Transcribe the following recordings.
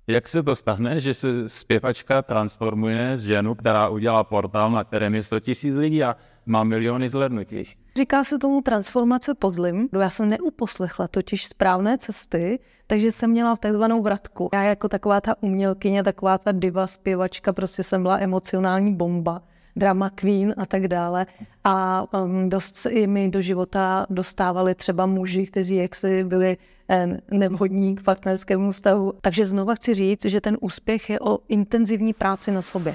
Jak se to stane, že se zpěvačka transformuje z ženu, která udělá portál, na kterém je 100 000 lidí a má miliony zhlédnutí? Říká se tomu transformace po zlým. Já jsem neuposlechla totiž správné cesty, takže jsem měla takzvanou vratku. Já jako taková ta umělkyně, taková ta diva zpěvačka, prostě jsem byla emocionální bomba, drama queen a tak dále. A dost se i mi do života dostávali třeba muži, kteří jaksi byli nevhodní k partnerskému vztahu. Takže znova chci říct, že ten úspěch je o intenzivní práci na sobě.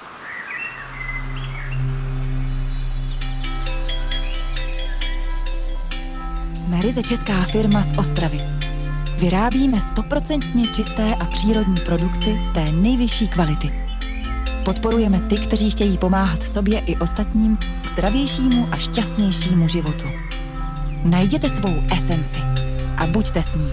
Jsme ryze česká firma z Ostravy. Vyrábíme 100% čisté a přírodní produkty té nejvyšší kvality. Podporujeme ty, kteří chtějí pomáhat sobě i ostatním k zdravějšímu a šťastnějšímu životu. Najděte svou esenci a buďte s ní.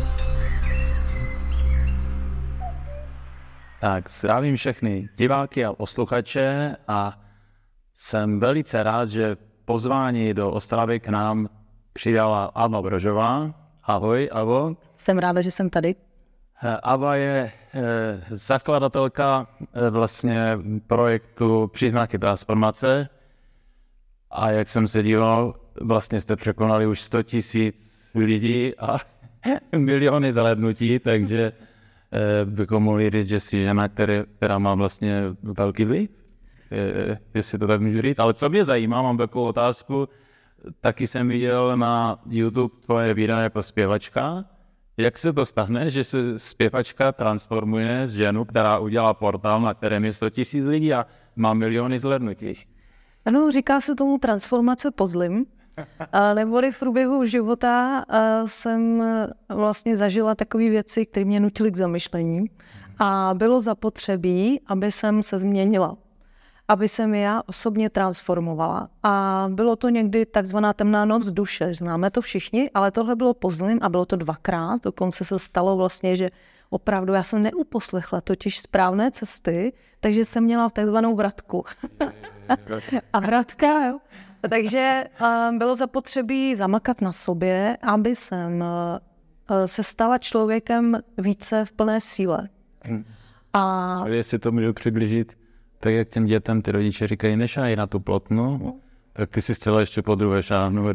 Tak, zdravím všechny diváky a posluchače a jsem velice rád, že pozvání do Ostravy k nám přidala Ava Brožová. Ahoj, Avo. Jsem ráda, že jsem tady. Ava je zakladatelka vlastně projektu Příznaky transformace a jak jsem se díval, vlastně jste překonali už 100 000 lidí a miliony zhlédnutí, takže bychom mohli říct, že jsi žena, která má vlastně velký vliv, jestli to tak můžu říct. Ale co mě zajímá, mám takovou otázku, taky jsem viděl na YouTube tvoje videa jako zpěvačka. Jak se to stane, že se zpěvačka transformuje z ženu, která udělá portál, na kterém je 100 000 lidí a má miliony zhlédnutí? Ano, říká se tomu transformace po zlým. Neboli v průběhu života jsem vlastně zažila takové věci, které mě nutily k zamyšlení. A bylo zapotřebí, aby jsem se změnila. Aby se mi já osobně transformovala. A bylo to někdy takzvaná temná noc duše. Známe to všichni, ale tohle bylo po zlým a bylo to 2krát. Dokonce se stalo vlastně, že opravdu já jsem neuposlechla totiž správné cesty, takže jsem měla takzvanou vratku. A vratka, jo. Takže bylo zapotřebí zamakat na sobě, aby jsem se stala člověkem více v plné síle. A jestli to můžu přiblížit, tak jak těm dětem ty rodiče říkají, nešáhej na tu plotnu, tak ty si chtěla ještě po druhé šáhnout.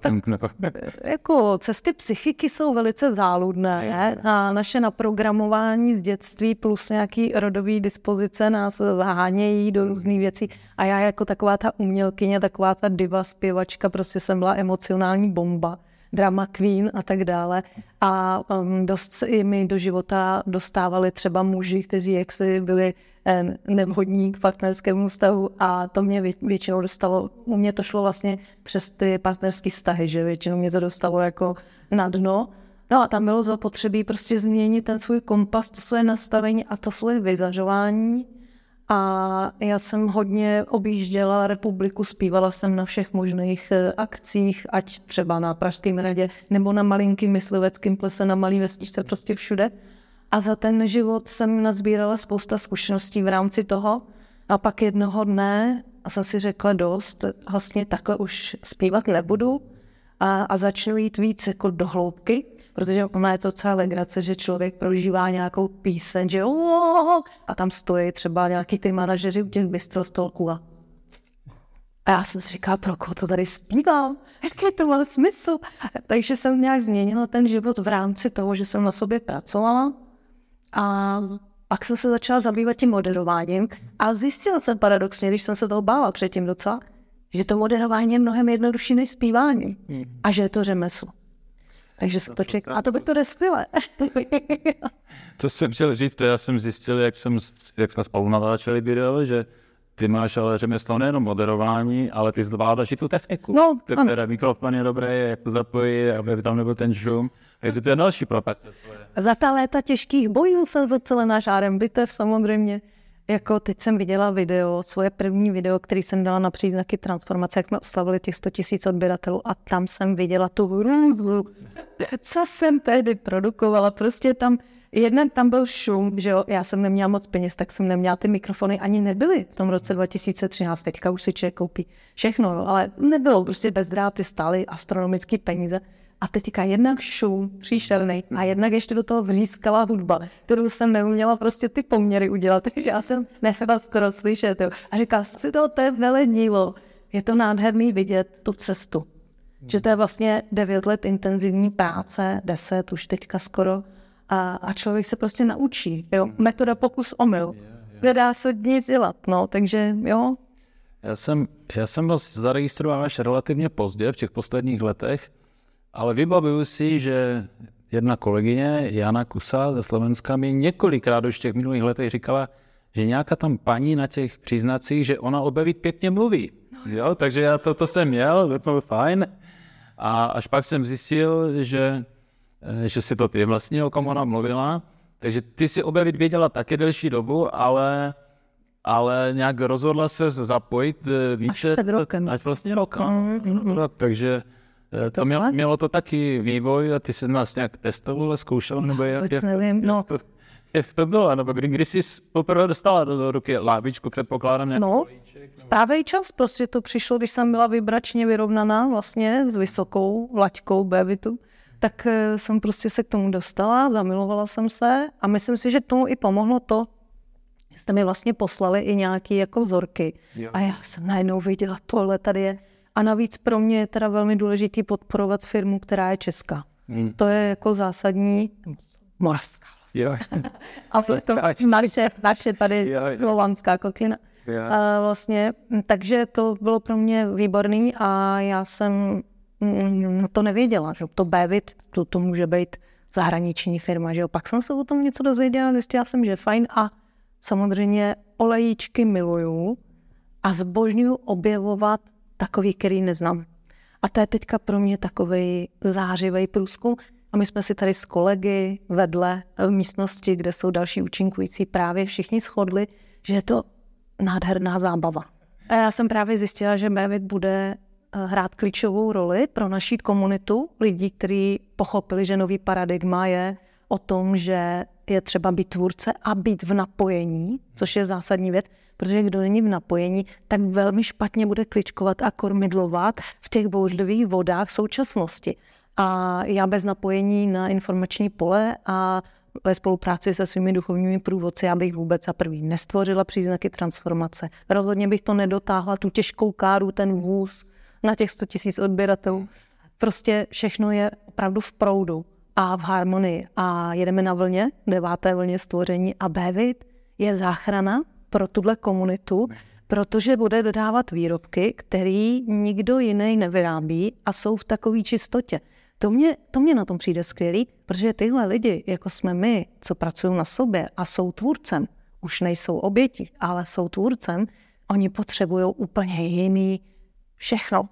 Jako cesty psychiky jsou velice záludné a naše naprogramování z dětství plus nějaký rodový dispozice nás zahánějí do různých věcí a já jako taková ta umělkyně, taková ta diva zpěvačka, prostě jsem byla emocionální bomba, drama queen a tak dále. A dost se i mi do života dostávali třeba muži, kteří jaksi byli nevhodní k partnerskému vztahu a to mě většinou dostalo, u mě to šlo vlastně přes ty partnerské vztahy, že většinou mě to dostalo jako na dno. No a tam bylo zapotřebí prostě změnit ten svůj kompas, to svoje nastavení a to svoje vyzařování. A já jsem hodně objížděla republiku, zpívala jsem na všech možných akcích, ať třeba na Pražském hradě, nebo na malinkým mysliveckém plese, na malý vesničce, prostě všude. A za ten život jsem nazbírala spousta zkušeností v rámci toho. A pak jednoho dne jsem si řekla dost, vlastně takhle už zpívat nebudu a začnu jít víc jako do hloubky, protože ona je to celá legrace, že člověk prožívá nějakou píseň, že a tam stojí třeba nějaký ty manažeři u těch bistrostolků a já jsem si říkala, pro koho to tady zpívám, jaký to má smysl. Takže jsem nějak změnila ten život v rámci toho, že jsem na sobě pracovala a pak jsem se začala zabývat tím moderováním a zjistila jsem paradoxně, když jsem se toho bála předtím docela, že to moderování je mnohem jednodušší než zpívání a že je to řemeslo. Takže se to čeká. A to by to neskvěle. To jsem chtěl říct, to já jsem zjistil, jak jsme spolu natáčeli video, že ty máš ale řemeslo nejenom moderování, ale ty zvládáš i tu techniku. No, teda mikrofon je dobré, jak to zapojit, aby tam nebyl ten šum. Takže to je další profese. Za ta léta těžkých bojů jsem zacelená žárem bitev samozřejmě. Jako teď jsem viděla video, svoje první video, který jsem dala na příznaky transformace, jak jsme oslavili těch 100 000 odběratelů a tam jsem viděla tu hrůzu, co jsem tehdy produkovala. Prostě tam byl šum, že jo, já jsem neměla moc peněz, tak jsem neměla ty mikrofony, ani nebyly v tom roce 2013, teďka už si člověk koupí všechno, jo, ale nebylo, prostě bezdráty stály astronomické peníze. A teďka jednak šum příšerný a jednak ještě do toho vřískala hudba, kterou jsem neuměla prostě ty poměry udělat, takže já jsem nechala skoro slyšet. Jo. A říkala si to je veledílo. Je to nádherný vidět tu cestu. Že to je vlastně 9 let intenzivní práce, 10 už teďka skoro, a člověk se prostě naučí. Jo. Metoda pokus omyl. Nedá se nic dělat, no, takže jo. Já jsem vás zaregistroval až relativně pozdě v těch posledních letech, ale vybavuju si, že jedna kolegyně, Jana Kusa ze Slovenska, mi několikrát už v těch minulých letech říkala, že nějaká tam paní na těch příznacích, že ona o Bevit pěkně mluví. Jo, takže já to jsem měl, to bylo fajn. A až pak jsem zjistil, že si to ty vlastně, o kom ona mluvila. Takže ty si o Bevit věděla taky delší dobu, ale nějak rozhodla se zapojit více. Až před rokem. Až vlastně rok. Takže to mělo to taky vývoj a ty se nás nějak testovala, zkoušela, nebo jak to bylo, nebo kdy jsi poprvé dostala do ruky lávičku, předpokládám nějaký políček? Právě čas, prostě to přišlo, když jsem byla vibračně vyrovnaná vlastně s vysokou laťkou Bevitu, tak jsem prostě se k tomu dostala, zamilovala jsem se a myslím si, že tomu i pomohlo to, že jste mi vlastně poslali i nějaké jako vzorky. Jo. A já jsem najednou viděla, tohle tady je. A navíc pro mě je teda velmi důležitý podporovat firmu, která je česká. To je jako zásadní, moravská vlastně. Jo. A to naše tady slovanská kotlina. Vlastně, takže to bylo pro mě výborný a já jsem to nevěděla, že to Bevit, to může být zahraniční firma, že jo. Pak jsem se o tom něco dozvěděla, zjistila jsem, že je fajn a samozřejmě olejíčky miluju a zbožňuju objevovat takový, který neznám. A to je teďka pro mě takovej zářivý průzkum. A my jsme si tady s kolegy vedle v místnosti, kde jsou další účinkující, právě všichni shodli, že je to nádherná zábava. A já jsem právě zjistila, že Bevit bude hrát klíčovou roli pro naši komunitu lidí, kteří pochopili, že nový paradigma je o tom, že je třeba být tvůrce a být v napojení, což je zásadní věc, protože kdo není v napojení, tak velmi špatně bude kličkovat a kormidlovat v těch bouřlivých vodách současnosti. A já bez napojení na informační pole a ve spolupráci se svými duchovními průvodci, já bych vůbec za první nestvořila příznaky transformace. Rozhodně bych to nedotáhla, tu těžkou káru, ten vůz na těch 100 000 odběratelů. Prostě všechno je opravdu v proudu a v harmonii. A jedeme na vlně, 9. vlně stvoření a Bevit je záchrana pro tuhle komunitu, protože bude dodávat výrobky, který nikdo jiný nevyrábí a jsou v takové čistotě. To mě na tom přijde skvělý, protože tyhle lidi, jako jsme my, co pracují na sobě a jsou tvůrcem, už nejsou oběti, ale jsou tvůrcem, oni potřebují úplně jiný všechno,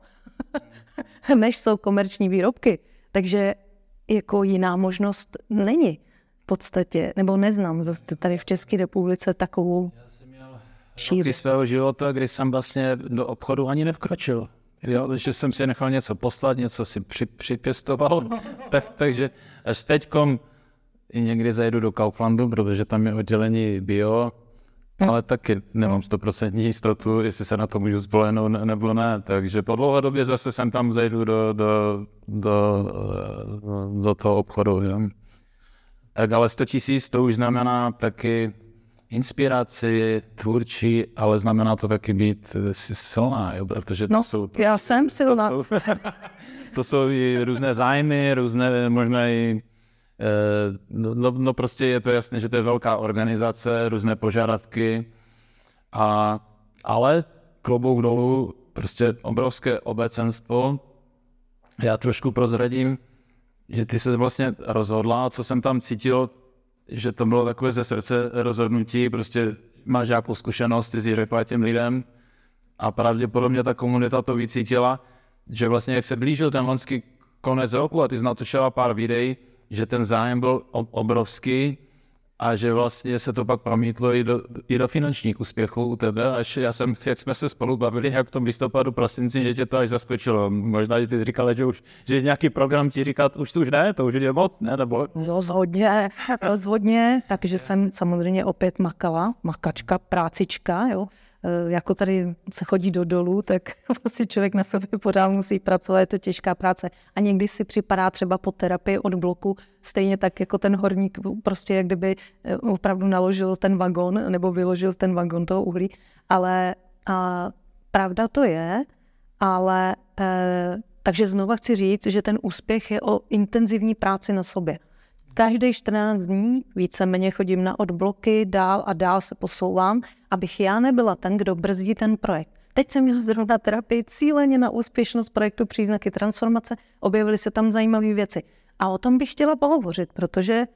než jsou komerční výrobky. Takže jako jiná možnost není v podstatě, nebo neznám zase tady v České republice takovou šíři. Svého života, kdy jsem vlastně do obchodu ani nevkročil. Jo, že jsem si nechal něco poslat, něco si připěstoval, takže až teďkom někdy zajdu do Kauflandu, protože tam je oddělení bio, ale taky nemám 100% jistotu, jestli se na to můžu spolehnout nebo ne, takže po dlouhé době zase jsem tam zajdu do toho obchodu. Jo. Tak ale 100 000 to už znamená taky inspiraci, tvůrčí, ale znamená to taky být silná, jo, protože to jsou... Já jsem silná. To jsou i různé zájmy, různé možná i... No prostě je to jasné, že to je velká organizace, různé požadavky, ale klobouk dolů, prostě obrovské obecenstvo. Já trošku prozradím, že ty se vlastně rozhodla, co jsem tam cítil, že to bylo takové ze srdce rozhodnutí, prostě máš nějakou zkušenost, ty jsi řekla těm lidem a pravděpodobně ta komunita to vycítila, že vlastně jak se blížil ten loňský konec roku a ty jsi natočila pár videí, že ten zájem byl obrovský a že vlastně se to pak promítlo i do finančních úspěchů u tebe, až jak jsme se spolu bavili nějak v tom listopadu, prosinci, že tě to až zaskočilo. Možná, že ty jsi říkala, že nějaký program ti říká, už ne, to už je moc, ne? Nebo... Rozhodně, takže jsem samozřejmě opět makala, makačka, prácička, jo. jako tady se chodí do dolů, tak vlastně člověk na sobě pořád musí pracovat, je to těžká práce. A někdy si připadá třeba po terapii od bloku, stejně tak jako ten horník, prostě jak kdyby opravdu naložil ten vagon, nebo vyložil ten vagon toho uhlí. Ale pravda to je, ale takže znova chci říct, že ten úspěch je o intenzivní práci na sobě. Každý 14 dní víceméně chodím na odbloky, dál a dál se posouvám, abych já nebyla ten, kdo brzdí ten projekt. Teď jsem měla zrovna terapii cíleně na úspěšnost projektu Příznaky transformace, objevily se tam zajímavé věci. A o tom bych chtěla pohovořit, protože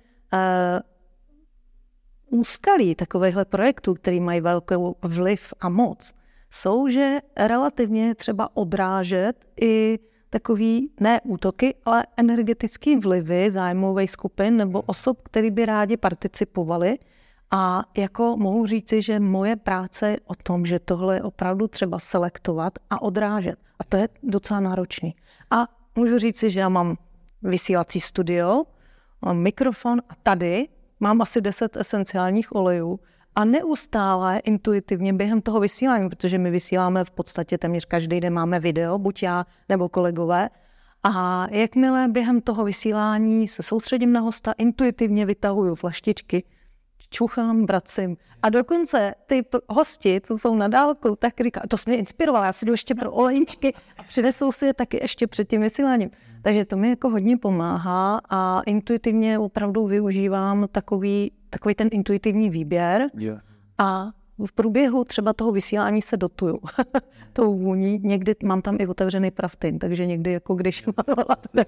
úskalí takovýchhle projektů, který mají velkou vliv a moc, jsou, že relativně třeba odrážet i takový, ne útoky, ale energetický vlivy zájmových skupin nebo osob, který by rádi participovali. A jako mohu říci, že moje práce je o tom, že tohle je opravdu třeba selektovat a odrážet. A to je docela náročný. A můžu říci, že já mám vysílací studio, mám mikrofon a tady mám asi 10 esenciálních olejů a neustále intuitivně během toho vysílání, protože my vysíláme v podstatě téměř každý den, máme video, buď já nebo kolegové. A jakmile během toho vysílání se soustředím na hosta, intuitivně vytahuju flaštičky, čuchám, bracím. A dokonce ty hosti, co jsou na dálku, tak říkají, to mě inspirovalo, já si jdu ještě pro olejničky a přinesou si je taky ještě před tím vysíláním. Takže to mi jako hodně pomáhá a intuitivně opravdu využívám takový ten intuitivní výběr a v průběhu třeba toho vysílání se dotuju tou vůní. Někdy mám tam i otevřený pravtin, takže někdy jako když mám tak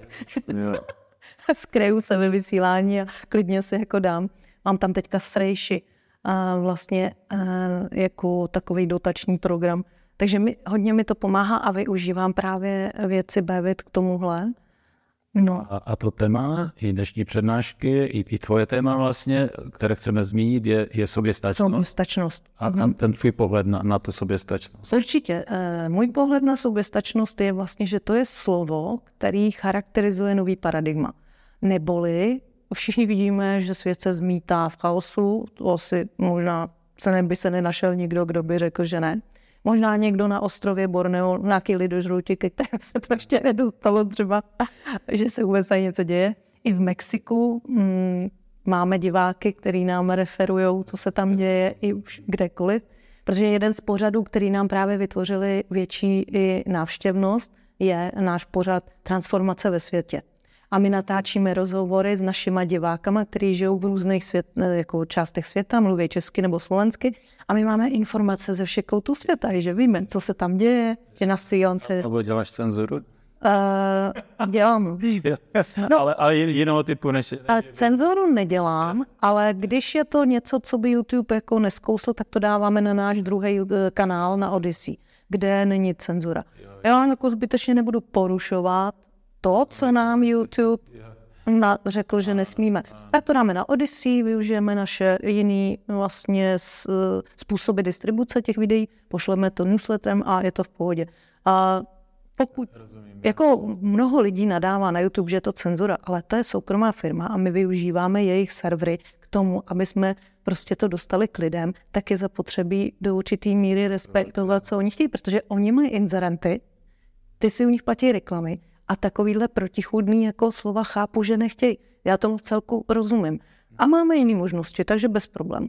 skryju se ve vysílání a klidně si jako dám. Mám tam teďka Srejši, vlastně jako takový dotační program. Takže hodně mi to pomáhá a využívám právě věci Bevit k tomuhle. No. A to téma, i dnešní přednášky, i tvoje téma vlastně, které chceme zmínit, je soběstačnost. Soběstačnost. A ten tvůj pohled na tu soběstačnost. Určitě. Můj pohled na soběstačnost je vlastně, že to je slovo, který charakterizuje nový paradigma. Neboli všichni vidíme, že svět se zmítá v chaosu, to asi možná by se nenašel nikdo, kdo by řekl, že ne. Možná někdo na ostrově Borneo, nějaký lidožrouti, ke kterém se to ještě nedostalo třeba, že se vůbec tady něco děje. I v Mexiku máme diváky, který nám referují, co se tam děje i už kdekoliv. Protože jeden z pořadů, který nám právě vytvořili větší i návštěvnost, je náš pořad Transformace ve světě. A my natáčíme rozhovory s našima divákama, kteří žijou v různých jako částech světa, mluví česky nebo slovensky. A my máme informace ze všech koutů světa, že víme, co se tam děje, že na Sionce... Nebo děláš cenzuru? Dělám. No, ale jiného typu než... Cenzuru nedělám, ale když je to něco, co by YouTube jako neskousl, tak to dáváme na náš druhý kanál na Odyssey, kde není cenzura. Já jako zbytečně nebudu porušovat to, co nám YouTube řekl, že nesmíme. Tak to dáme na Odyssey, využijeme naše jiný vlastně způsoby distribuce těch videí, pošleme to newsletterem a je to v pohodě. A pokud jako mnoho lidí nadává na YouTube, že je to cenzura, ale to je soukromá firma a my využíváme jejich servery k tomu, aby jsme prostě to dostali k lidem, tak je zapotřebí do určitý míry respektovat, co oni chtějí, protože oni mají inzerenty, ty si u nich platí reklamy, a takovýhle protichůdný jako slova chápu, že nechtějí. Já tomu v celku rozumím. A máme jiné možnosti, takže bez problémů.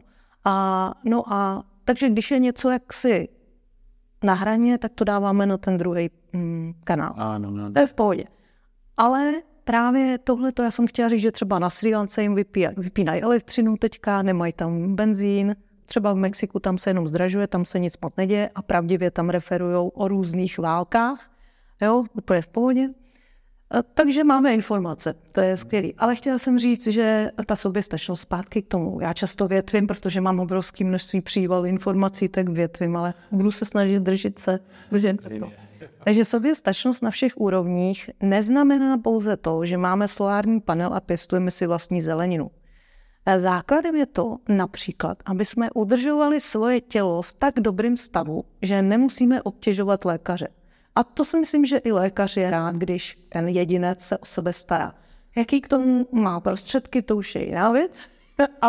Takže když je něco jaksi na hraně, tak to dáváme na ten druhý kanál. Ano. To je v pohodě. Ale právě tohleto já jsem chtěla říct, že třeba na Srí Lance jim vypínají elektřinu teďka, nemají tam benzín, třeba v Mexiku tam se jenom zdražuje, tam se nic moc neděje a pravdivě tam referujou o různých válkách. Jo, úplně v pohodě. Takže máme informace, to je skvělý. Ale chtěla jsem říct, že ta soběstačnost zpátky k tomu. Já často větvím, protože mám obrovské množství příval informací, tak větvím, ale budu se snažit držet to. Takže soběstačnost na všech úrovních neznamená pouze to, že máme solární panel a pěstujeme si vlastní zeleninu. Základem je to například, aby jsme udržovali svoje tělo v tak dobrém stavu, že nemusíme obtěžovat lékaře. A to si myslím, že i lékař je rád, když ten jedinec se o sebe stará. Jaký k tomu má prostředky, to už je jiná věc, ale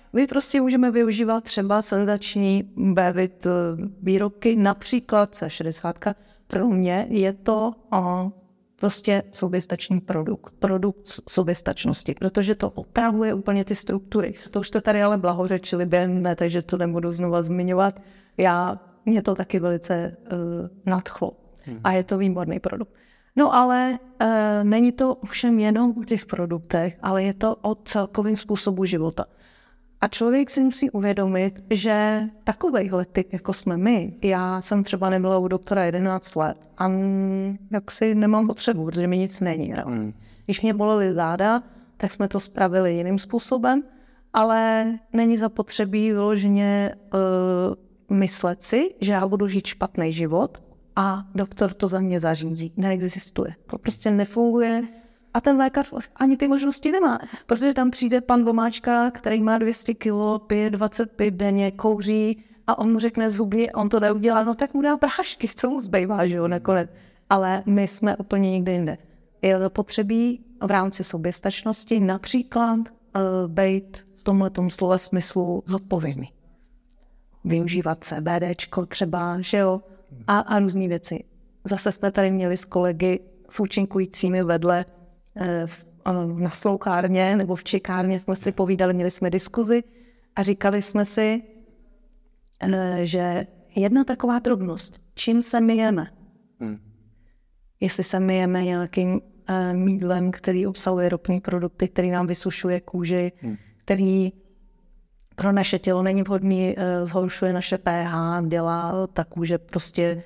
my prostě můžeme využívat třeba senzační bevit výrobky, například C60. Pro mě je to prostě soběstačný produkt soběstačnosti, protože to opravuje úplně ty struktury. To už jste tady ale blahořečili během dne, takže to nebudu znova zmiňovat. Mě to taky velice nadchlo a je to výborný produkt. No ale není to ovšem jenom o těch produktech, ale je to o celkovém způsobu života. A člověk si musí uvědomit, že takovejhle typ, jako jsme my, já jsem třeba nebyla u doktora 11 let a jak si nemám potřebu, protože mi nic není. Když mě bolely záda, tak jsme to spravili jiným způsobem, ale není zapotřebí vyloženě myslet si, že já budu žít špatný život a doktor to za mě zařídí. Neexistuje. To prostě nefunguje. A ten lékař ani ty možnosti nemá, protože tam přijde pan Vomáčka, který má 200 kg, pije 25 denně, kouří a on mu řekne zhubně, on to neudělá, no tak mu dá prášky, co mu zbývá, že jo, nakonec. Ale my jsme úplně někde jinde. Je zapotřebí v rámci soběstačnosti například být v tomhletom slova smyslu zodpovědný. Využívat CBDčko třeba, že jo, a různý věci. Zase jsme tady měli s kolegy s účinkujícími vedle v naslouchárně nebo v čekárně jsme si povídali, měli jsme diskuzi a říkali jsme si, že jedna taková drobnost, čím se myjeme. Jestli se myjeme nějakým mýdlem, který obsahuje ropné produkty, který nám vysušuje kůži, který pro naše tělo není vhodný, zhoršuje naše pH, dělá ta kůže prostě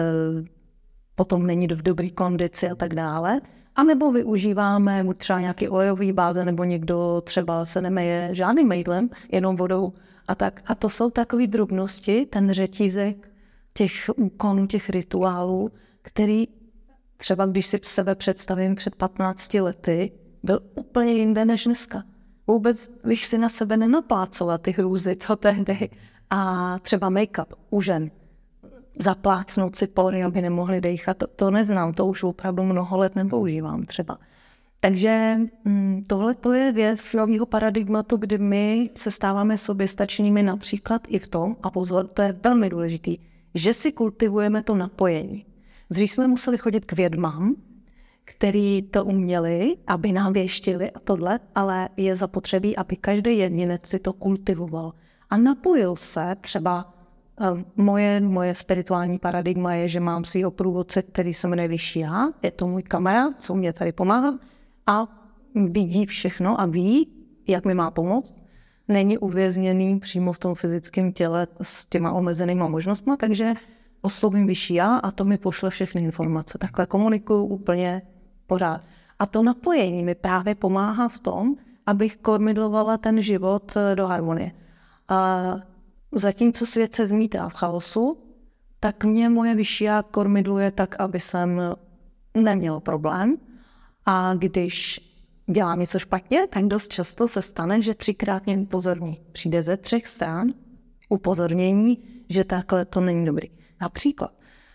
potom není v dobré kondici a tak dále. A nebo využíváme třeba nějaký olejový báze, nebo někdo třeba se nemeje žádným mýdlem, jenom vodou a tak. A to jsou takové drobnosti, ten řetízek těch úkonů, těch rituálů, který třeba když si sebe představím před 15 lety, byl úplně jinde než dneska. Vůbec bych si na sebe nenaplácela ty hrůzy, co tehdy. A třeba make-up u žen. Zaplácnout si pory, aby nemohli dejchat, to neznám, to už opravdu mnoho let nepoužívám třeba. Takže tohle to je věc nového paradigmatu, kdy my se stáváme soběstačnými například i v tom, a pozor, to je velmi důležitý, že si kultivujeme to napojení. Dřív jsme museli chodit k vědmám, který to uměli, aby nám věštili a tohle, ale je zapotřebí, aby každý jedinec si to kultivoval. A napojil se třeba moje spirituální paradigma je, že mám svýho průvodce, který se jmenuje vyšší já, je to můj kamarád, co mě tady pomáhá a vidí všechno a ví, jak mi má pomoct. Není uvězněný přímo v tom fyzickém těle s těma omezenýma možnostma, takže oslovím vyšší já a to mi pošle všechny informace. Takhle komunikuju úplně pořád. A to napojení mi právě pomáhá v tom, abych kormidlovala ten život do harmonie. A zatímco svět se zmítá v chaosu, tak mě moje vyšší já kormidluje tak, aby jsem neměl problém. A když dělám něco špatně, tak dost často se stane, že 3krát mě upozorní. Přijde ze 3 stran upozornění, že takhle to není dobrý. Například.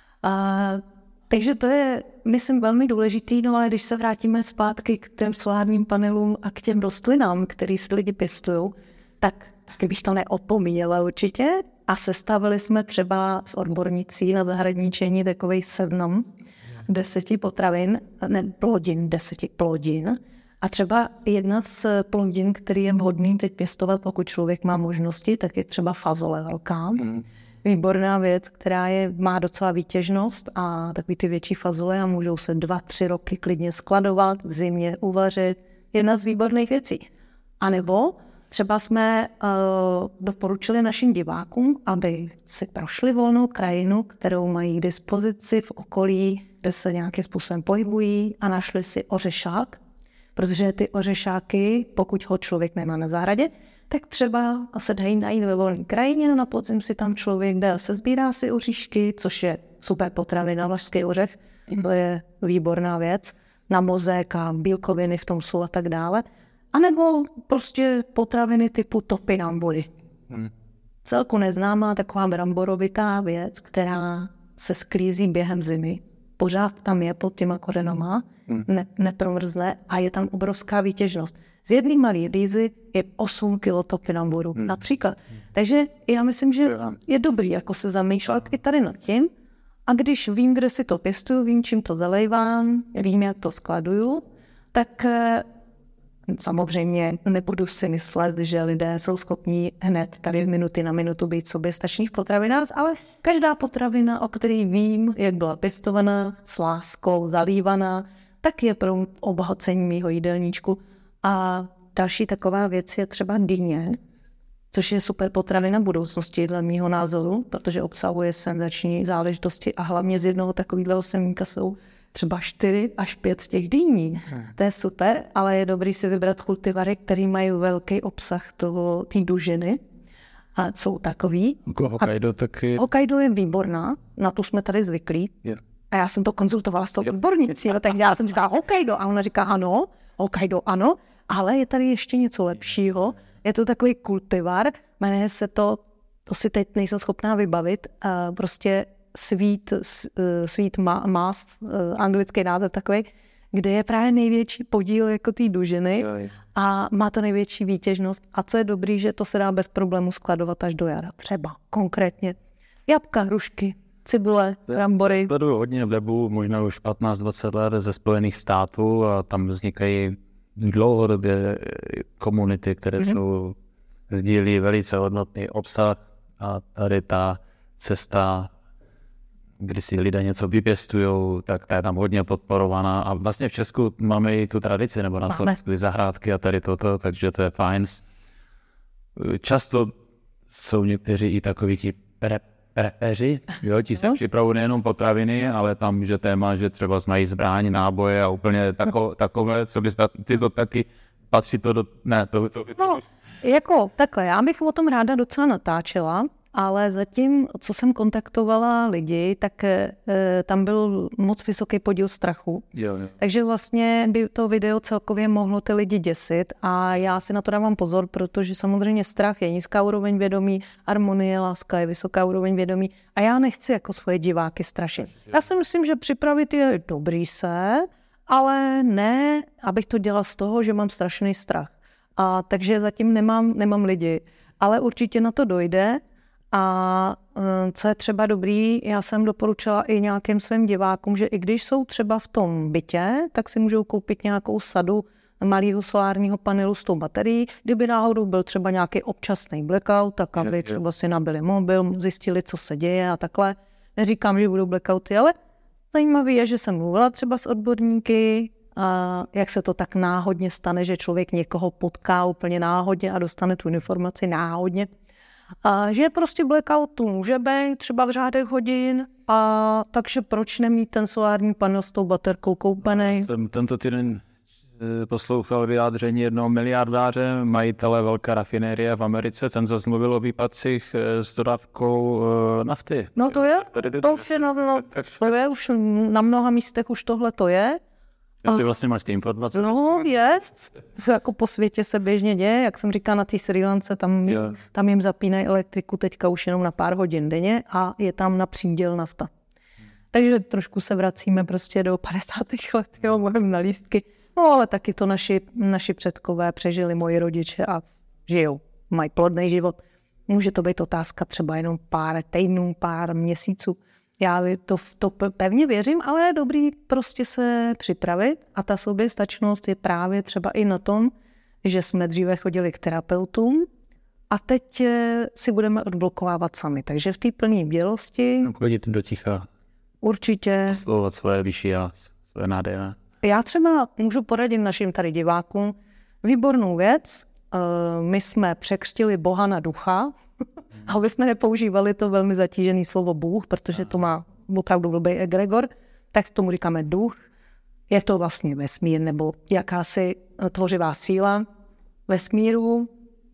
Takže to je, myslím, velmi důležitý, no ale když se vrátíme zpátky k těm solárním panelům a k těm rostlinám, který si lidi pěstují, tak bych to neopomíjela určitě. A sestavili jsme třeba s odbornicí na zahradničení takovej seznam 10 potravin, ne plodin, 10 plodin. A třeba jedna z plodin, který je vhodný teď pěstovat, pokud člověk má možnosti, tak je třeba fazole velká. Výborná věc, která má docela výtěžnost a takový ty větší fazole a můžou se 2-3 roky klidně skladovat, v zimě uvařit. Jedna z výborných věcí. A nebo třeba jsme doporučili našim divákům, aby si prošli volnou krajinu, kterou mají k dispozici v okolí, kde se nějakým způsobem pohybují a našli si ořešák, protože ty ořešáky, pokud ho člověk nemá na zahradě, tak třeba se dají najít ve volné krajině, na podzim si tam člověk jde a se sbírá si oříšky, což je super potravina, vlašský ořech, to je výborná věc, na mozek a bílkoviny v tom jsou a tak dále. A nebo prostě potraviny typu topinambury. Celku neznámá taková bramborovitá věc, která se sklízí během zimy. Pořád tam je pod těma kořenama, nepromrzne a je tam obrovská výtěžnost. Z jedné malé rýzy je 8 kg topinamboru například. Takže já myslím, že je dobrý jako se zamýšlet i tady nad tím. A když vím, kde si to pěstuju, vím, čím to zalejvám, vím, jak to skladuju, tak samozřejmě nebudu si myslet, že lidé jsou schopní hned tady z minuty na minutu být soběstační v potravinách, ale každá potravina, o které vím, jak byla pěstovaná, s láskou, zalívaná, tak je pro obohacení mýho jídelníčku. A další taková věc je třeba dýně, což je super potravina budoucnosti dle mýho názoru, protože obsahuje senzační záležitosti a hlavně z jednoho takového semínka jsou třeba 4 až 5 těch dýní. To je super, ale je dobrý si vybrat kultivary, které mají velký obsah té dužiny a jsou takový. Hokkaido taky. Hokkaido je výborná, na tu jsme tady zvyklí. Yeah. A já jsem to konzultovala s tou odbornicí, tak já jsem říkala Hokkaido a ona říká ano, Hokkaido ano, ale je tady ještě něco lepšího. Je to takový kultivar, jmenuje se to si teď nejsem schopná vybavit, prostě sweet mass, anglický název takový, kde je právě největší podíl jako té dužiny a má to největší výtěžnost. A co je dobrý, že to se dá bez problému skladovat až do jara. Třeba konkrétně jablka, hrušky, cibule, brambory. Já sleduju hodně webu, možná už 15-20 let ze Spojených států a tam vznikají dlouhodobě komunity, které jsou sdílí velice hodnotný obsah a tady ta cesta, kdy si lidé něco vypěstují, tak ta je tam hodně podporovaná a vlastně v Česku máme i tu tradici, nebo na Slovensku zahrádky a tady toto, takže to je fajn. Často jsou někteří i takoví ti prepeři, ti se připravují nejenom potraviny, ale tam, že téma, že třeba mají zbraň, náboje a úplně takové, co by ty to taky patří to do... Ne, to. No, jako takhle, já bych o tom ráda docela natáčela, ale zatím, co jsem kontaktovala lidi, tak tam byl moc vysoký podíl strachu. Jo. Takže vlastně by to video celkově mohlo ty lidi děsit a já si na to dávám pozor, protože samozřejmě strach je nízká úroveň vědomí, harmonie, láska je vysoká úroveň vědomí a já nechci jako svoje diváky strašit. Já si myslím, že připravit je dobrý ale ne, abych to dělala z toho, že mám strašný strach. A takže zatím nemám lidi, ale určitě na to dojde. A co je třeba dobrý, já jsem doporučila i nějakým svým divákům, že i když jsou třeba v tom bytě, tak si můžou koupit nějakou sadu malého solárního panelu s tou baterií. Kdyby náhodou byl třeba nějaký občasný blackout, tak aby třeba si nabili mobil, zjistili, co se děje a takhle. Neříkám, že budou blackouty, ale zajímavé je, že jsem mluvila třeba s odborníky, a jak se to tak náhodně stane, že člověk někoho potká úplně náhodně a dostane tu informaci náhodně. A že prostě blackoutu může být třeba v řádech hodin, a takže proč nemít ten solární panel s tou baterkou koupený? Jsem tento týden poslouchal vyjádření jednoho miliardáře, majitele velké rafinérie v Americe, ten zase mluvil o výpadcích s dodávkou nafty. No to je, to je už na mnoha místech už tohle to je. Ty vlastně máš ty informace. No, je. Jako po světě se běžně děje, jak jsem říkala na té Srí Lance, tam jim zapínají elektriku teďka už jenom na pár hodin denně a je tam na příděl nafta. Takže trošku se vracíme prostě do 50. let, můžeme na lístky. No ale taky to naši předkové přežili, moji rodiče a žijou, mají plodný život. Může to být otázka třeba jenom pár týdnů, pár měsíců. Já to pevně věřím, ale je dobrý prostě se připravit a ta soběstačnost je právě třeba i na tom, že jsme dříve chodili k terapeutům a teď si budeme odblokovávat sami. Takže v té plné bělosti... Chodit do ticha. Určitě. Oslovovat svoje vyšší já, svoje nádherné. Já třeba můžu poradit našim tady divákům výbornou věc. My jsme překřtili Boha na ducha, ale jsme nepoužívali to velmi zatížené slovo Bůh, protože to má opravdu blbý egregor, tak tomu říkáme duch. Je to vlastně vesmír nebo jakási tvořivá síla vesmíru.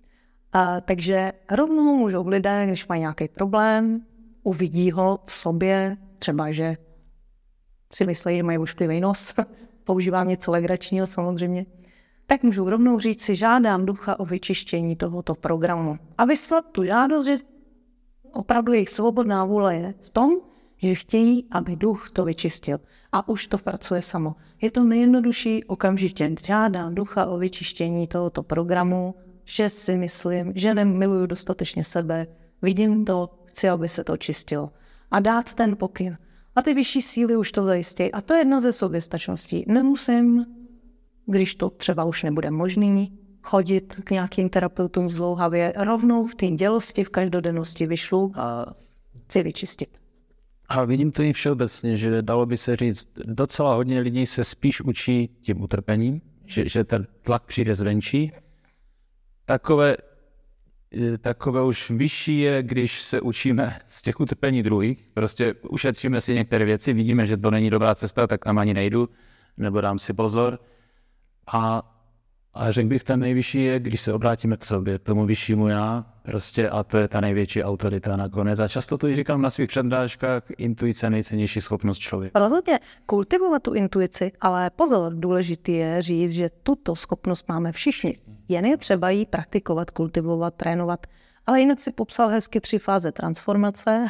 Takže rovnou můžou lidé, když mají nějaký problém, uvidí ho v sobě, třeba že si myslí, že mají ošklivý nos, používám něco legračního samozřejmě, tak můžu rovnou říct si, žádám ducha o vyčištění tohoto programu. A vyslat tu žádost, že opravdu jejich svobodná vůle je v tom, že chtějí, aby duch to vyčistil. A už to pracuje samo. Je to nejjednodušší, okamžitě žádám ducha o vyčištění tohoto programu, že si myslím, že nemiluju dostatečně sebe, vidím to, chci, aby se to čistilo. A dát ten pokyn. A ty vyšší síly už to zajistí. A to je jedna ze soběstačností. Nemusím, když to třeba už nebude možný, chodit k nějakým terapeutům zdlouhavě, rovnou v té dělosti, v každodennosti vyšlu a chci vyčistit. A vidím to i všeobecně, že dalo by se říct, docela hodně lidí se spíš učí tím utrpením, že ten tlak přijde zvenčí. Takové už vyšší je, když se učíme z těch utrpení druhých. Prostě ušetříme si některé věci, vidíme, že to není dobrá cesta, tak tam ani nejdu, nebo dám si pozor. A řekl bych, ten nejvyšší je, když se obrátíme k sobě, tomu vyššímu já, prostě, a to je ta největší autorita nakonec. A často to i říkám na svých přednáškách, intuice je nejcennější schopnost člověka. Rozhodně kultivovat tu intuici, ale pozor, důležitý je říct, že tuto schopnost máme všichni. Jen je třeba ji praktikovat, kultivovat, trénovat. Ale jinak si popsal hezky 3 fáze transformace.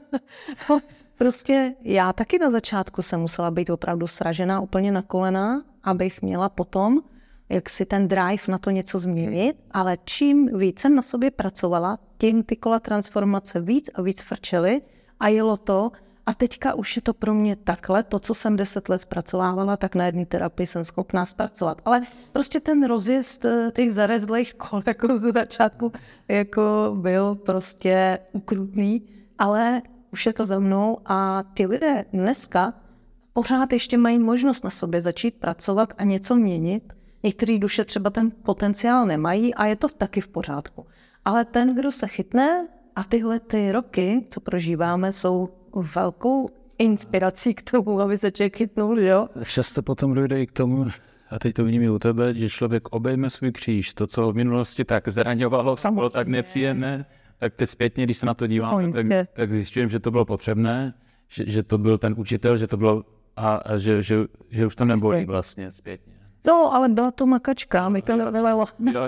Prostě já taky na začátku jsem musela být opravdu sražená úplně na kolena, abych měla potom jak si ten drive na to něco změnit, ale čím víc jsem na sobě pracovala, tím ty kola transformace víc a víc frčely a jelo to. A teďka už je to pro mě takhle, to, co jsem 10 let zpracovávala, tak na jedné terapii jsem schopná zpracovat. Ale prostě ten rozjezd těch zarezlých kol jako ze začátku jako byl prostě ukrutný, ale už je to za mnou a ty lidé dneska pořád ještě mají možnost na sobě začít pracovat a něco měnit. Některé duše třeba ten potenciál nemají a je to taky v pořádku. Ale ten, kdo se chytne a tyhle ty roky, co prožíváme, jsou velkou inspirací k tomu, aby se člověk chytnul, že jo? Často potom dojde i k tomu, a teď to vidím i u tebe, že člověk obejme svůj kříž. To, co ho v minulosti tak zraňovalo, bylo tak nepříjemné, tak teď zpětně, když se na to díváme, tak zjišťujem, že to bylo potřebné, že to byl ten učitel, že to bylo a že už to nebolí vlastně zpětně. No, ale byla to makačka, mi to nevelo.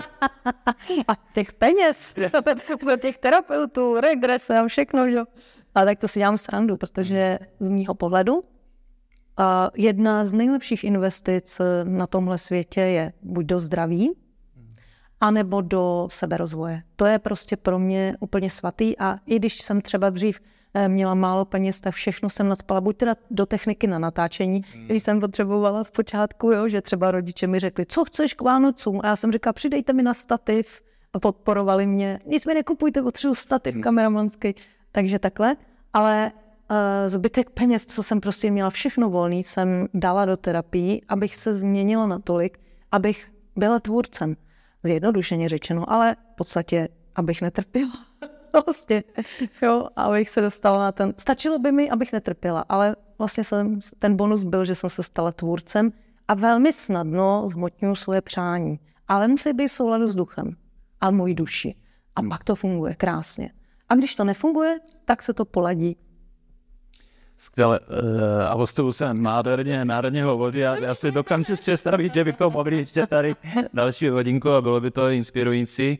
A těch peněz, těch terapeutů, regrese a všechno, jo. A tak to si dělám srandu, protože z mýho pohledu jedna z nejlepších investic na tomhle světě je buď do zdraví, anebo do seberozvoje. To je prostě pro mě úplně svatý a i když jsem třeba dřív měla málo peněz, tak všechno jsem nacpala, buď teda do techniky na natáčení, když jsem potřebovala zpočátku, jo, že třeba rodiče mi řekli, co chceš k Vánocům? A já jsem říkala, přidejte mi na stativ a podporovali mě. Nic mi nekupujte, potřebuji stativ kameramanský. Takže takhle. Ale zbytek peněz, co jsem prostě měla všechno volný, jsem dala do terapii, abych se změnila natolik, abych byla tvůrcem. Zjednodušeně řečeno, ale v podstatě, abych netrpěla. Vlastně, jo, abych se dostala na ten... Stačilo by mi, abych netrpěla, ale vlastně ten bonus byl, že jsem se stala tvůrcem a velmi snadno zhmotňuji svoje přání. Ale musí být v souladu s duchem a mojí duši. A pak to funguje krásně. A když to nefunguje, tak se to poladí. Skvěle. A postavu se nádherně hovoří. Já si dokážu představit, že bychom mohli ještě tady další hodinku a bylo by to inspirující.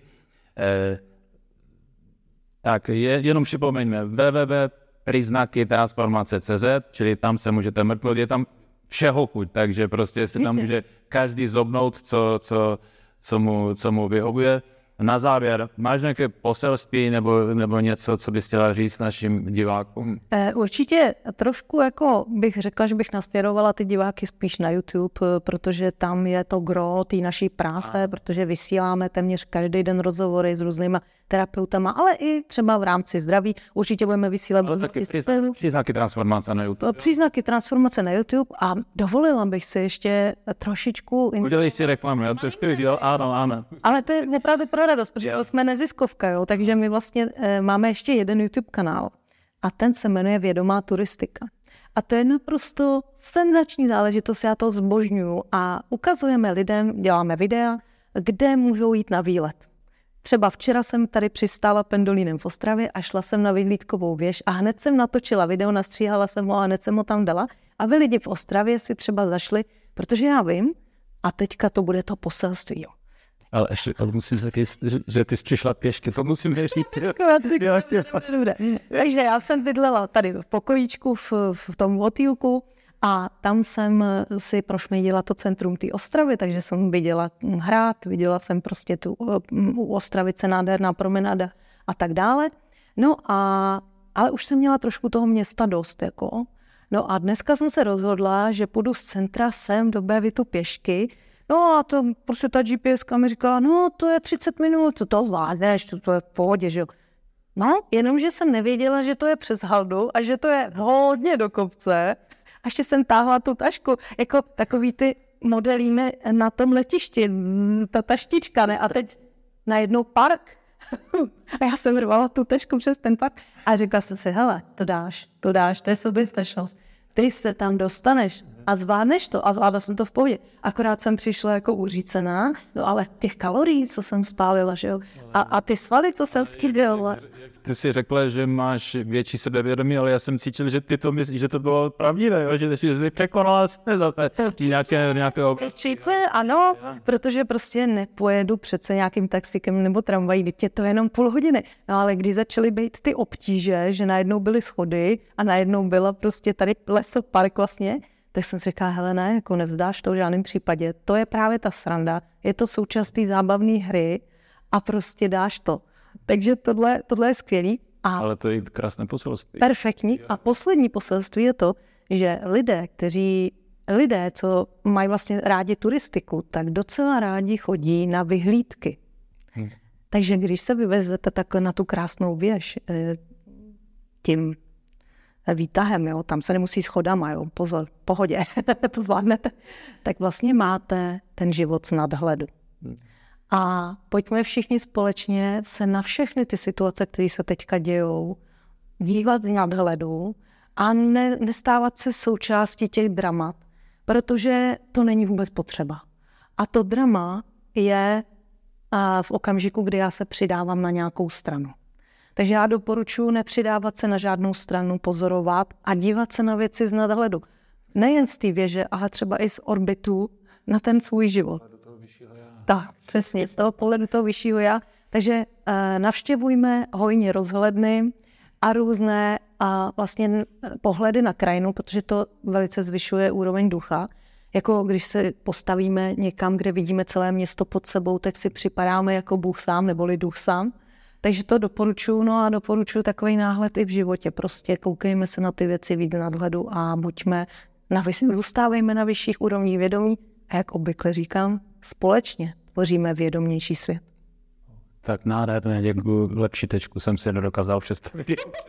Tak jenom připomeňme www.příznakytransformace.cz, čili tam se můžete mrknout, je tam všeho chuť, takže prostě si tam může každý zobnout, co mu vyhovuje. Na závěr, máš nějaké poselství nebo něco, co bys chtěla říct našim divákům? Určitě trošku jako bych řekla, že bych nasměrovala ty diváky spíš na YouTube, protože tam je to gro té naší práce, protože vysíláme téměř každý den rozhovory s různýma terapeutama, ale i třeba v rámci zdraví. Určitě budeme vysílat příznaky transformace na YouTube. Příznaky transformace na YouTube a dovolila bych si ještě trošičku... Udělej si reklamu, já se jo, ano. Ale to je opravdu pro radost, protože jsme neziskovka, jo, takže my vlastně máme ještě jeden YouTube kanál a ten se jmenuje Vědomá turistika. A to je naprosto senzační záležitost, já to zbožňuju a ukazujeme lidem, děláme videa, kde můžou jít na výlet. Třeba včera jsem tady přistála pendolínem v Ostravě a šla jsem na vyhlídkovou věž a hned jsem natočila video, nastříhala jsem ho a hned jsem ho tam dala, aby lidi v Ostravě si třeba zašli, protože já vím, a teďka to bude to poselství. Jo. Ale ještě musím říct, že ty jsi přišla pěšky, to musím říct. Takže já jsem bydlela tady v pokojíčku v tom hotýlku a tam jsem si prošmědila to centrum té Ostravy, takže jsem viděla hrad, viděla jsem prostě tu u Ostravice nádherná promenáda a tak dále. No ale už jsem měla trošku toho města dost, jako. No a dneska jsem se rozhodla, že půjdu z centra sem do Bévitu pěšky. No a to prostě ta GPSka mi říkala, no to je 30 minut, co to zvládneš, to je v pohodě, že jo. No, jenomže jsem nevěděla, že to je přes haldu a že to je hodně do kopce. A ještě jsem táhla tu tašku, jako takový ty modelíme na tom letišti, ta taštička, ne? A teď najednou park. A já jsem rvala tu tašku přes ten park a řekla jsem si, hele, to dáš, to je soběstačnost. Ty se tam dostaneš a zvládneš to a zvládla jsem to v pohodě. Akorát jsem přišla jako uřícená, no ale těch kalorií, co jsem spálila, že jo, a ty svaly, co jsem skydala. Ty jsi řekla, že máš větší sebevědomí, ale já jsem cítil, že ty to myslíš, že to bylo pravdivé, jo? Že jsi překonala zase nějaké oblasti. Ano, protože prostě nepojedu přece nějakým taxikem nebo tramvají, teď je to jenom půl hodiny. No ale když začaly být ty obtíže, že najednou byly schody a najednou byla prostě tady lesopark vlastně, tak jsem si říkala, hele ne, jako nevzdáš to v žádném případě. To je právě ta sranda, je to součást té zábavné hry a prostě dáš to. Takže tohle je skvělý. Ale to je krásné poselství. Perfektní. A poslední poselství je to, že lidé, co mají vlastně rádi turistiku, tak docela rádi chodí na vyhlídky. Takže když se vyvezete takhle na tu krásnou věž tím výtahem, jo, tam se nemusí schodama, jo, pozor, pohodě, to zvládnete, tak vlastně máte ten život z nadhledu. A pojďme všichni společně se na všechny ty situace, které se teďka dějou, dívat z nadhledu a nestávat se součástí těch dramat, protože to není vůbec potřeba. A to drama je v okamžiku, kdy já se přidávám na nějakou stranu. Takže já doporučuji nepřidávat se na žádnou stranu, pozorovat a dívat se na věci z nadhledu. Nejen z té věže, ale třeba i z orbitu na ten svůj život. Tak, přesně, z toho pohledu toho vyššího já. Takže navštěvujme hojně rozhledny a různé vlastně pohledy na krajinu, protože to velice zvyšuje úroveň ducha. Jako když se postavíme někam, kde vidíme celé město pod sebou, tak si připadáme jako Bůh sám, neboli duch sám. Takže to doporučuji, no a doporučuji takový náhled i v životě. Prostě koukejme se na ty věci víc nadhledu a zůstávejme na vyšších úrovních vědomí. A jak obvykle říkám, společně tvoříme vědomější svět. Tak nádherné, děkuji. Lepší tečku jsem si nedokázal představit.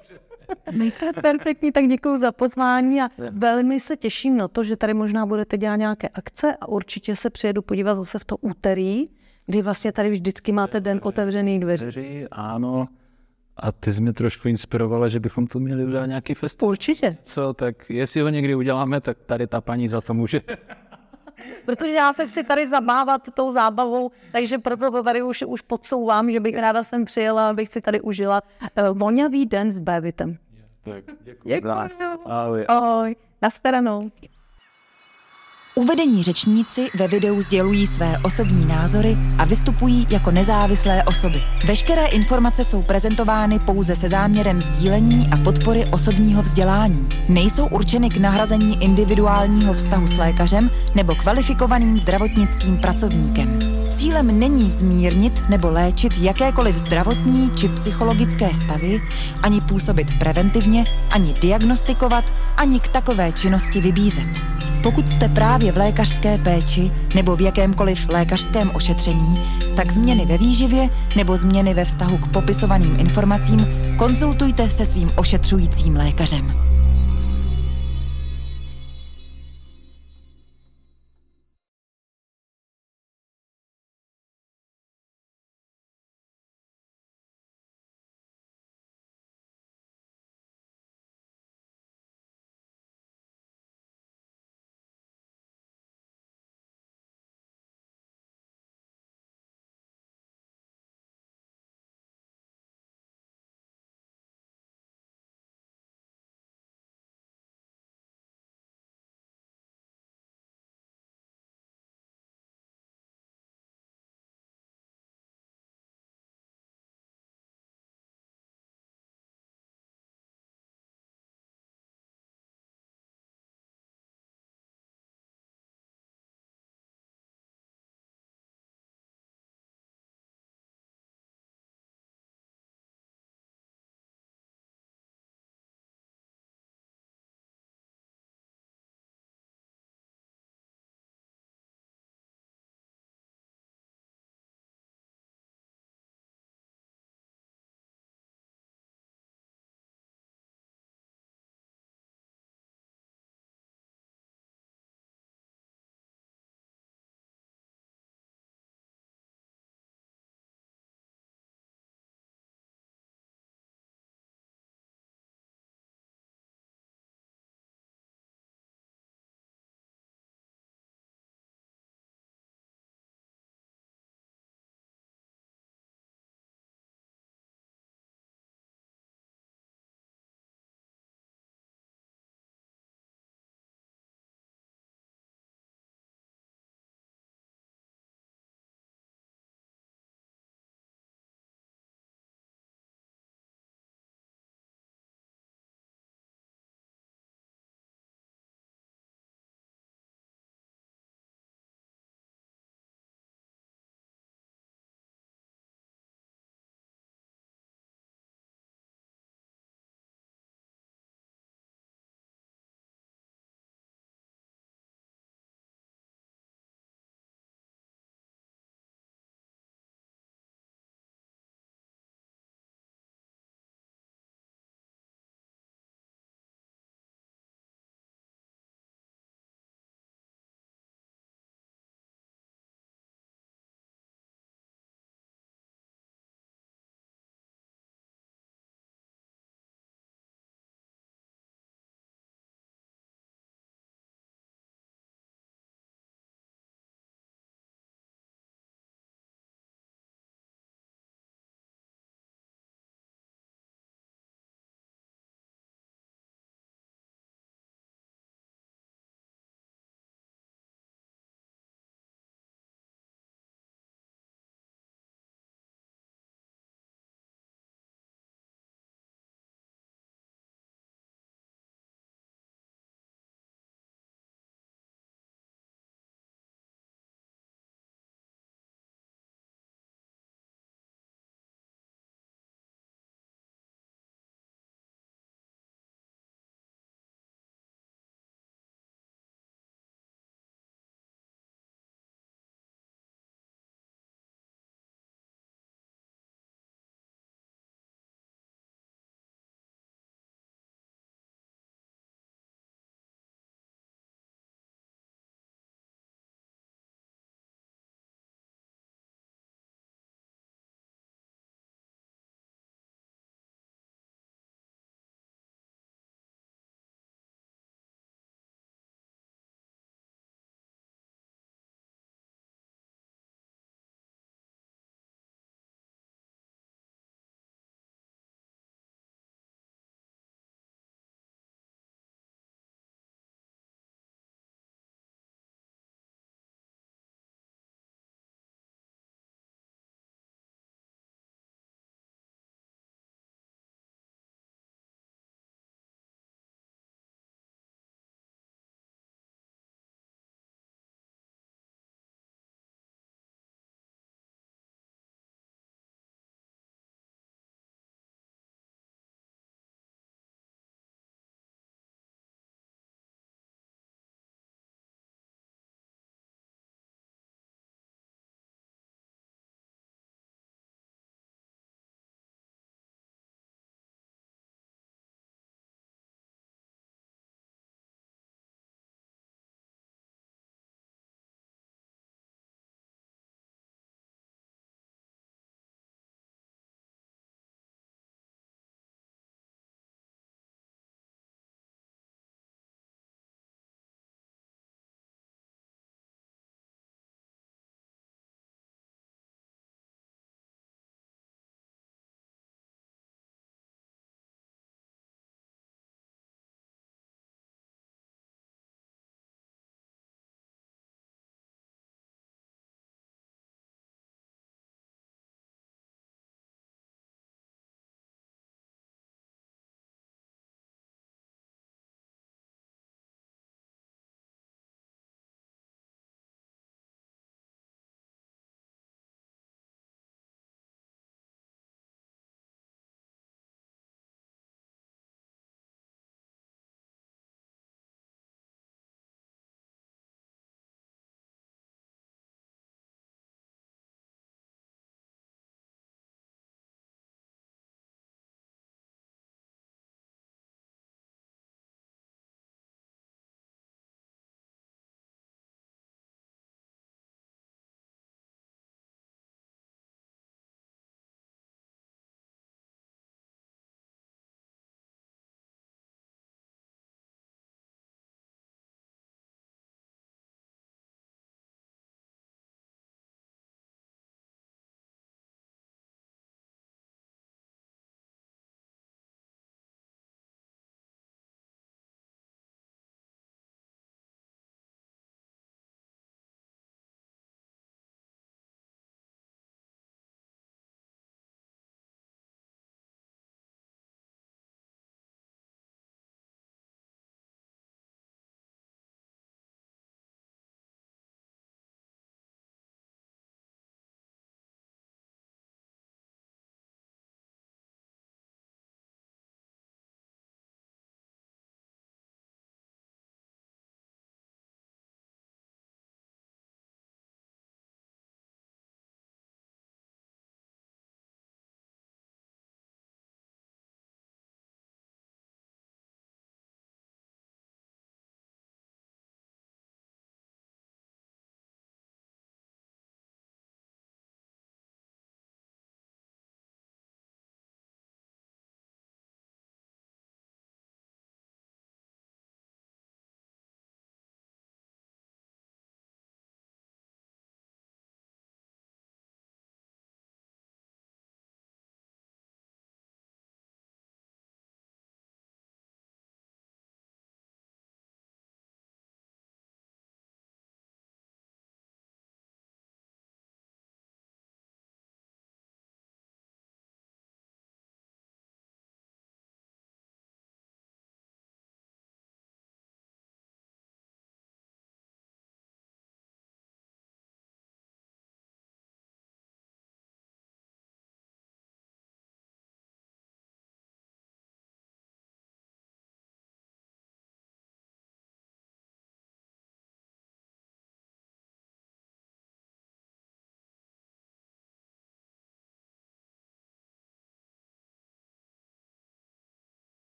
Perfektní, tak děkuji za pozvání a velmi se těším na to, že tady možná budete dělat nějaké akce a určitě se přijedu podívat zase v to úterý, kdy vlastně tady vždycky máte den otevřených dveří. Ano. A ty jsi mě trošku inspirovala, že bychom tu měli udělat nějaký festival. Určitě. Co, tak jestli ho někdy uděláme, tak tady ta paní za to může. Protože já se chci tady zabávat tou zábavou, takže proto to tady už podsouvám, že bych ráda sem přijela, abych si tady užila vonavý den s Bévitem. Tak, děkuji. Ahoj. Nashledanou. Uvedení řečníci ve videu sdělují své osobní názory a vystupují jako nezávislé osoby. Veškeré informace jsou prezentovány pouze se záměrem sdílení a podpory osobního vzdělání. Nejsou určeny k nahrazení individuálního vztahu s lékařem nebo kvalifikovaným zdravotnickým pracovníkem. Cílem není zmírnit nebo léčit jakékoliv zdravotní či psychologické stavy, ani působit preventivně, ani diagnostikovat, ani k takové činnosti vybízet. Pokud jste právě v lékařské péči nebo v jakémkoliv lékařském ošetření, tak změny ve výživě nebo změny ve vztahu k popisovaným informacím konzultujte se svým ošetřujícím lékařem.